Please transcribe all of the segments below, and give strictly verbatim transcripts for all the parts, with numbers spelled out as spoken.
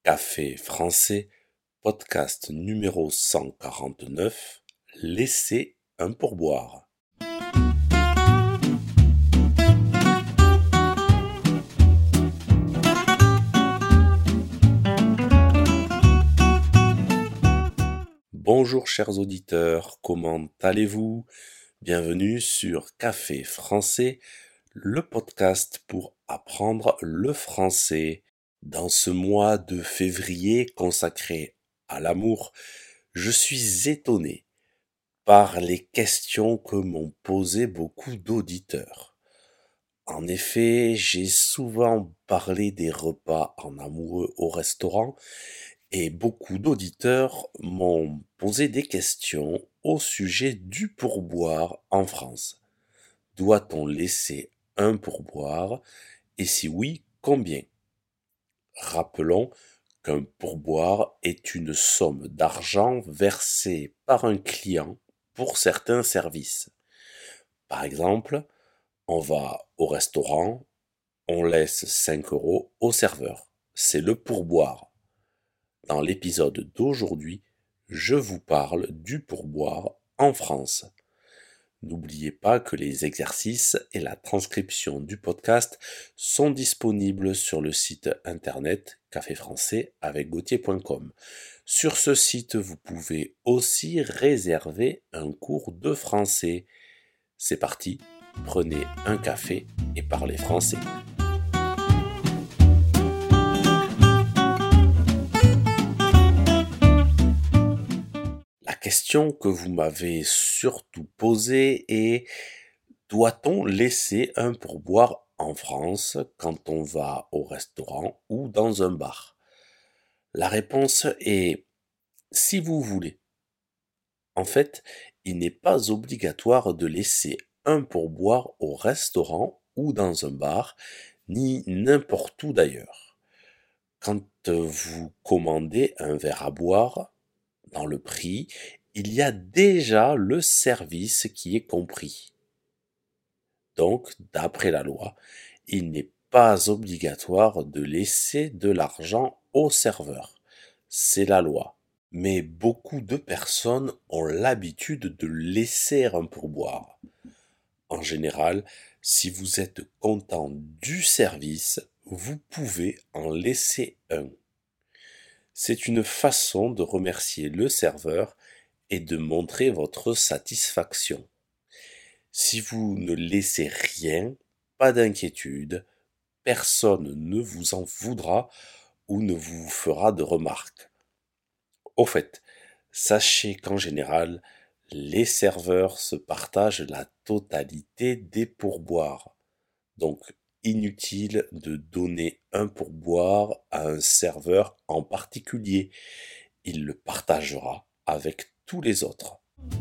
Café français, podcast numéro cent quarante-neuf, laissez un pourboire. Bonjour chers auditeurs, comment allez-vous? Bienvenue sur Café français, le podcast pour apprendre le français. Dans ce mois de février consacré à l'amour, je suis étonné par les questions que m'ont posées beaucoup d'auditeurs. En effet, j'ai souvent parlé des repas en amoureux au restaurant et beaucoup d'auditeurs m'ont posé des questions au sujet du pourboire en France. Doit-on laisser un pourboire et si oui, combien? Rappelons qu'un pourboire est une somme d'argent versée par un client pour certains services. Par exemple, on va au restaurant, on laisse cinq euros au serveur. C'est le pourboire. Dans l'épisode d'aujourd'hui, je vous parle du pourboire en France. N'oubliez pas que les exercices et la transcription du podcast sont disponibles sur le site internet café français avec gautier point com. Sur ce site, vous pouvez aussi réserver un cours de français. C'est parti, prenez un café et parlez français. La question que vous m'avez surtout posée est: doit-on laisser un pourboire en France quand on va au restaurant ou dans un bar? La réponse est: si vous voulez. En fait, il n'est pas obligatoire de laisser un pourboire au restaurant ou dans un bar, ni n'importe où d'ailleurs. Quand vous commandez un verre à boire, dans le prix, il y a déjà le service qui est compris. Donc, d'après la loi, il n'est pas obligatoire de laisser de l'argent au serveur. C'est la loi. Mais beaucoup de personnes ont l'habitude de laisser un pourboire. En général, si vous êtes content du service, vous pouvez en laisser un. C'est une façon de remercier le serveur et de montrer votre satisfaction. Si vous ne laissez rien, pas d'inquiétude, personne ne vous en voudra ou ne vous fera de remarques. Au fait, sachez qu'en général, les serveurs se partagent la totalité des pourboires. Donc, inutile de donner un pourboire à un serveur en particulier. Il le partagera avec tous les autres.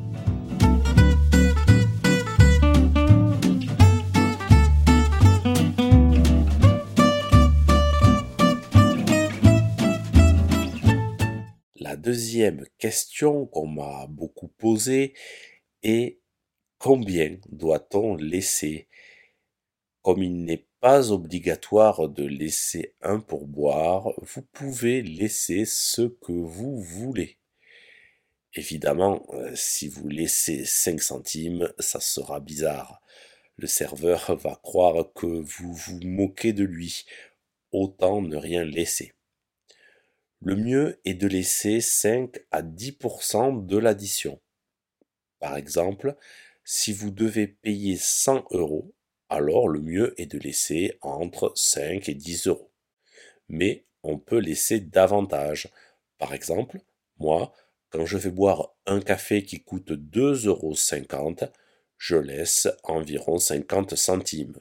La deuxième question qu'on m'a beaucoup posée est: combien doit-on laisser? Comme il n'est pas obligatoire de laisser un pourboire, vous pouvez laisser ce que vous voulez. Évidemment, si vous laissez cinq centimes, ça sera bizarre. Le serveur va croire que vous vous moquez de lui. Autant ne rien laisser. Le mieux est de laisser cinq à dix pour cent de l'addition. Par exemple, si vous devez payer cent euros, alors le mieux est de laisser entre cinq et dix euros. Mais on peut laisser davantage. Par exemple, moi, quand je vais boire un café qui coûte deux euros cinquante, je laisse environ cinquante centimes.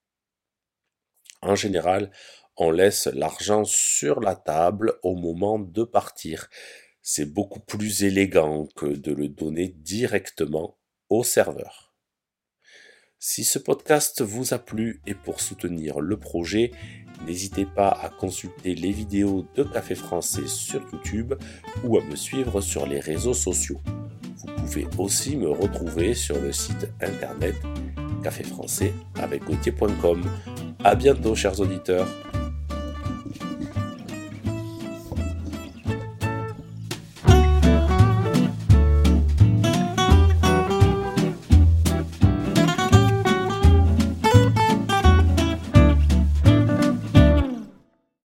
En général, on laisse l'argent sur la table au moment de partir. C'est beaucoup plus élégant que de le donner directement au serveur. Si ce podcast vous a plu et pour soutenir le projet, n'hésitez pas à consulter les vidéos de Café Français sur YouTube ou à me suivre sur les réseaux sociaux. Vous pouvez aussi me retrouver sur le site internet café français avec gautier point com. À bientôt chers auditeurs.